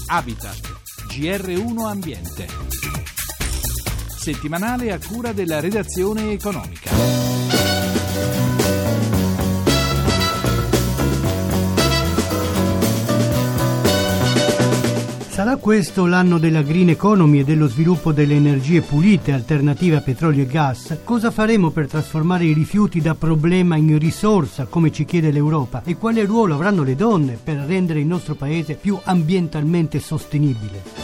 Habitat, GR1 Ambiente. Settimanale a cura della redazione economica. Sarà questo l'anno della green economy e dello sviluppo delle energie pulite alternative a petrolio e gas? Cosa faremo per trasformare i rifiuti da problema in risorsa, come ci chiede l'Europa? E quale ruolo avranno le donne per rendere il nostro paese più ambientalmente sostenibile?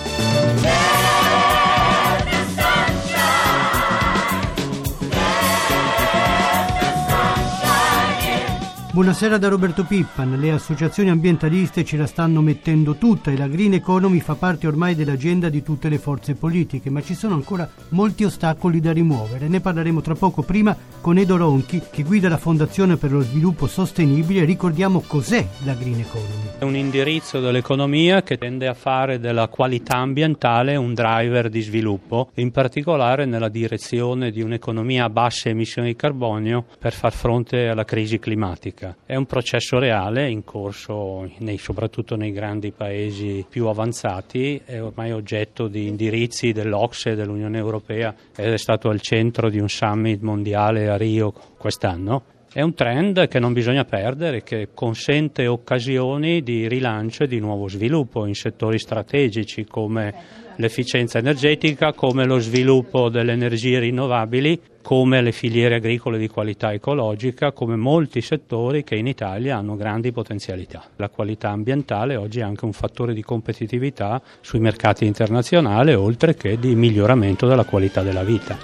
Buonasera da Roberto Pippan. Le associazioni ambientaliste ce la stanno mettendo tutta e la green economy fa parte ormai dell'agenda di tutte le forze politiche, ma ci sono ancora molti ostacoli da rimuovere. Ne parleremo tra poco, prima con Edo Ronchi, che guida la Fondazione per lo Sviluppo Sostenibile. Ricordiamo cos'è la green economy. È un indirizzo dell'economia che tende a fare della qualità ambientale un driver di sviluppo, in particolare nella direzione di un'economia a basse emissioni di carbonio per far fronte alla crisi climatica. È un processo reale in corso soprattutto nei grandi paesi più avanzati, è ormai oggetto di indirizzi dell'OCSE e dell'Unione Europea ed è stato al centro di un summit mondiale a Rio quest'anno. È un trend che non bisogna perdere, che consente occasioni di rilancio e di nuovo sviluppo in settori strategici come l'efficienza energetica, come lo sviluppo delle energie rinnovabili, come le filiere agricole di qualità ecologica, come molti settori che in Italia hanno grandi potenzialità. La qualità ambientale oggi è anche un fattore di competitività sui mercati internazionali, oltre che di miglioramento della qualità della vita.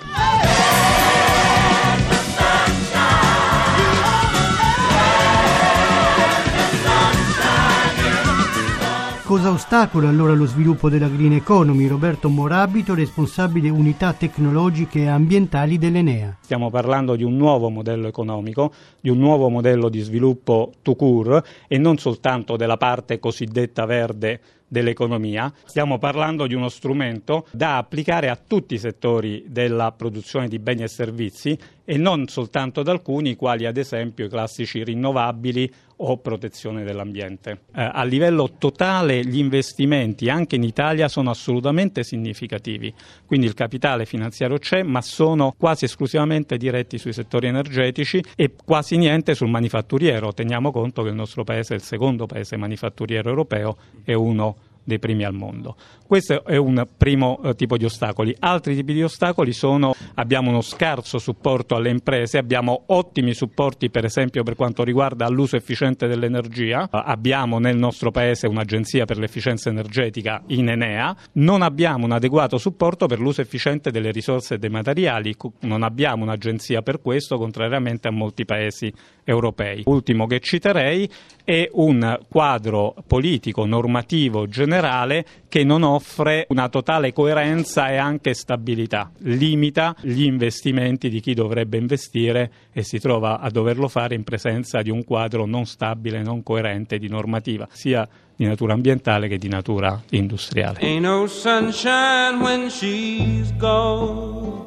Cosa ostacola allora lo sviluppo della green economy? Roberto Morabito, responsabile unità tecnologiche e ambientali dell'Enea. Stiamo parlando di un nuovo modello economico, di un nuovo modello di sviluppo tout court e non soltanto della parte cosiddetta verde dell'economia. Stiamo parlando di uno strumento da applicare a tutti i settori della produzione di beni e servizi e non soltanto ad alcuni, quali ad esempio i classici rinnovabili o protezione dell'ambiente. A livello totale gli investimenti anche in Italia sono assolutamente significativi, quindi il capitale finanziario c'è, ma sono quasi esclusivamente diretti sui settori energetici e quasi niente sul manifatturiero. Teniamo conto che il nostro paese è il secondo paese manifatturiero europeo e uno dei primi al mondo. Questo è un primo tipo di ostacoli. Altri tipi di ostacoli abbiamo uno scarso supporto alle imprese, abbiamo ottimi supporti per esempio per quanto riguarda l'uso efficiente dell'energia, abbiamo nel nostro paese un'agenzia per l'efficienza energetica in Enea, non abbiamo un adeguato supporto per l'uso efficiente delle risorse e dei materiali, non abbiamo un'agenzia per questo contrariamente a molti paesi europei. Ultimo che citerei è un quadro politico normativo generale che non offre una totale coerenza e anche stabilità, limita gli investimenti di chi dovrebbe investire e si trova a doverlo fare in presenza di un quadro non stabile, non coerente di normativa, sia di natura ambientale che di natura industriale. Ain't no sunshine when she's gone.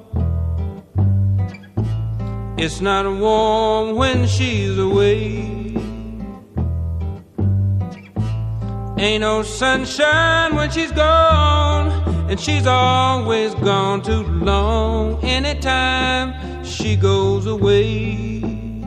It's not warm when she's away. Ain't no sunshine when she's gone, and she's always gone too long. Anytime she goes away.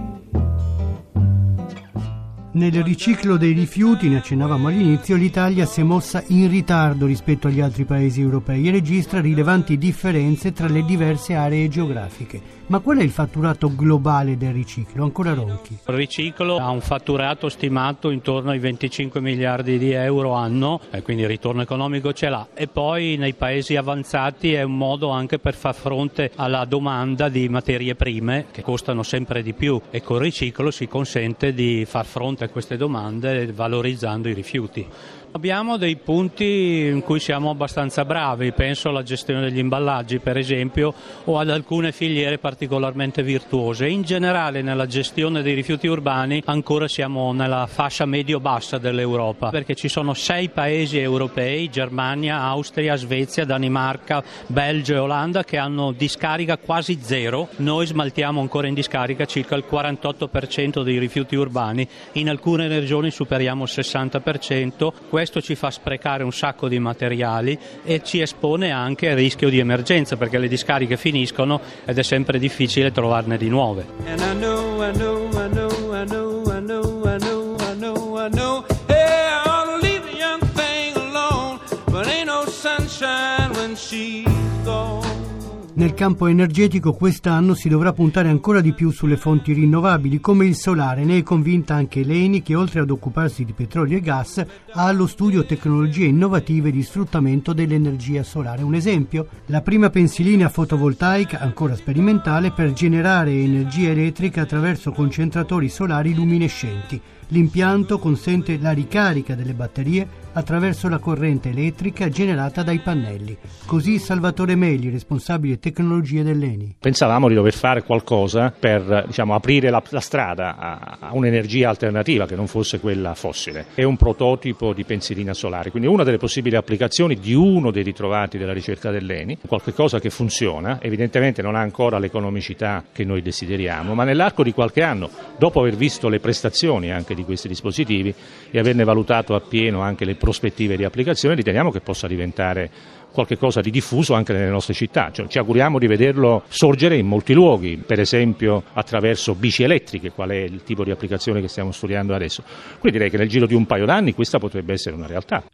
Nel riciclo dei rifiuti, ne accennavamo all'inizio, l'Italia si è mossa in ritardo rispetto agli altri paesi europei e registra rilevanti differenze tra le diverse aree geografiche. Ma qual è il fatturato globale del riciclo? Ancora Ronchi. Il riciclo ha un fatturato stimato intorno ai 25 miliardi di euro anno, quindi il ritorno economico ce l'ha. E poi nei paesi avanzati è un modo anche per far fronte alla domanda di materie prime che costano sempre di più e col riciclo si consente di far fronte a queste domande valorizzando i rifiuti. Abbiamo dei punti in cui siamo abbastanza bravi, penso alla gestione degli imballaggi per esempio o ad alcune filiere particolarmente virtuose. In generale nella gestione dei rifiuti urbani ancora siamo nella fascia medio-bassa dell'Europa, perché ci sono 6 paesi europei, Germania, Austria, Svezia, Danimarca, Belgio e Olanda, che hanno discarica quasi zero. Noi smaltiamo ancora in discarica circa il 48% dei rifiuti urbani, in alcune regioni superiamo il 60%. Questo ci fa sprecare un sacco di materiali e ci espone anche al rischio di emergenza, perché le discariche finiscono ed è sempre difficile trovarne di nuove. And I know, hey, I ought to leave the young thing alone, but ain't no sunshine when she's gone. Nel campo energetico quest'anno si dovrà puntare ancora di più sulle fonti rinnovabili come il solare. Ne è convinta anche l'ENI, che oltre ad occuparsi di petrolio e gas ha allo studio tecnologie innovative di sfruttamento dell'energia solare. Un esempio? La prima pensilina fotovoltaica, ancora sperimentale, per generare energia elettrica attraverso concentratori solari luminescenti. L'impianto consente la ricarica delle batterie attraverso la corrente elettrica generata dai pannelli. Così Salvatore Meli, responsabile tecnologie dell'ENI. Pensavamo di dover fare qualcosa per aprire la strada a un'energia alternativa che non fosse quella fossile. È un prototipo di pensilina solare, quindi una delle possibili applicazioni di uno dei ritrovati della ricerca dell'ENI, qualche cosa che funziona, evidentemente non ha ancora l'economicità che noi desideriamo, ma nell'arco di qualche anno, dopo aver visto le prestazioni anche di questi dispositivi e averne valutato appieno anche le prospettive di applicazione, riteniamo che possa diventare qualche cosa di diffuso anche nelle nostre città. Ci auguriamo di vederlo sorgere in molti luoghi, per esempio attraverso bici elettriche, qual è il tipo di applicazione che stiamo studiando adesso. Quindi direi che nel giro di un paio d'anni questa potrebbe essere una realtà.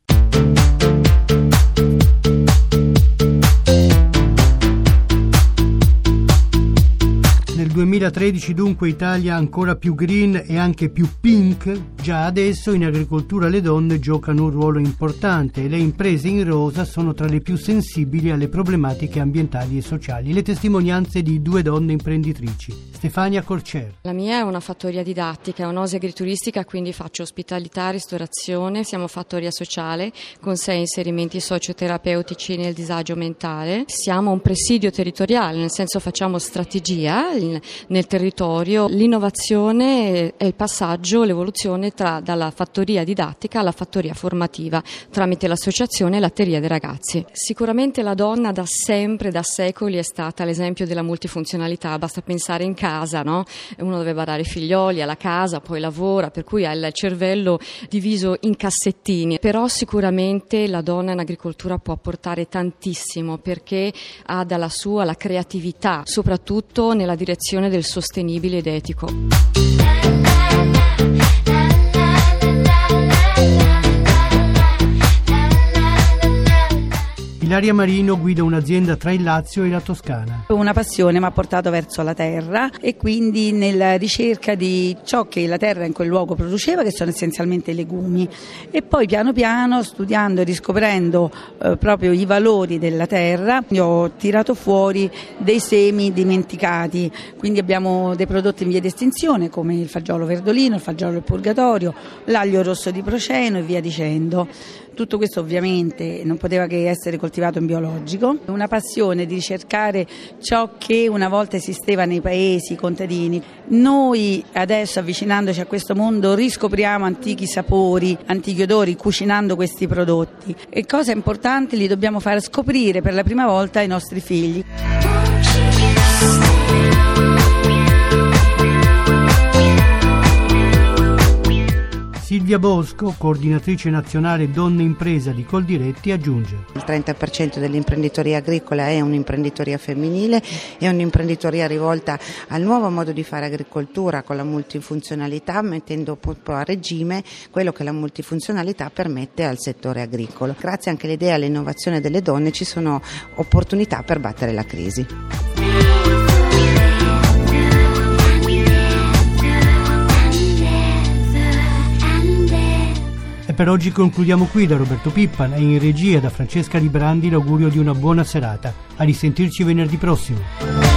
Nel 2013 dunque Italia ancora più green e anche più pink. Già adesso in agricoltura le donne giocano un ruolo importante e le imprese in rosa sono tra le più sensibili alle problematiche ambientali e sociali. Le testimonianze di due donne imprenditrici. Stefania Corcer. La mia è una fattoria didattica, è un'oasi agrituristica, quindi faccio ospitalità, ristorazione, siamo fattoria sociale con 6 inserimenti socioterapeutici nel disagio mentale. Siamo un presidio territoriale, nel senso facciamo strategia nel territorio. L'innovazione è il passaggio, l'evoluzione dalla fattoria didattica alla fattoria formativa tramite l'associazione Latteria dei Ragazzi. Sicuramente la donna da sempre, da secoli è stata l'esempio della multifunzionalità, basta pensare in casa, no? Uno deve badare i figlioli, alla casa, poi lavora, per cui ha il cervello diviso in cassettini, però sicuramente la donna in agricoltura può apportare tantissimo perché ha dalla sua la creatività, soprattutto nella direzione del sostenibile ed etico. Ilaria Marino guida un'azienda tra il Lazio e la Toscana. Una passione mi ha portato verso la terra e quindi nella ricerca di ciò che la terra in quel luogo produceva, che sono essenzialmente legumi, e poi piano piano studiando e riscoprendo proprio i valori della terra ho tirato fuori dei semi dimenticati, quindi abbiamo dei prodotti in via di estinzione come il fagiolo verdolino, il fagiolo del purgatorio, l'aglio rosso di Proceno e via dicendo. Tutto questo ovviamente non poteva che essere coltivato in biologico. Una passione di ricercare ciò che una volta esisteva nei paesi contadini. Noi adesso, avvicinandoci a questo mondo, riscopriamo antichi sapori, antichi odori, cucinando questi prodotti. E cosa importante, li dobbiamo far scoprire per la prima volta ai nostri figli. Silvia Bosco, coordinatrice nazionale Donne Impresa di Coldiretti, aggiunge: Il 30% dell'imprenditoria agricola è un'imprenditoria femminile, è un'imprenditoria rivolta al nuovo modo di fare agricoltura con la multifunzionalità, mettendo proprio a regime quello che la multifunzionalità permette al settore agricolo. Grazie anche all'idea e all'innovazione delle donne ci sono opportunità per battere la crisi. Per oggi concludiamo qui. Da Roberto Pippan e in regia da Francesca Librandi l'augurio di una buona serata. A risentirci venerdì prossimo.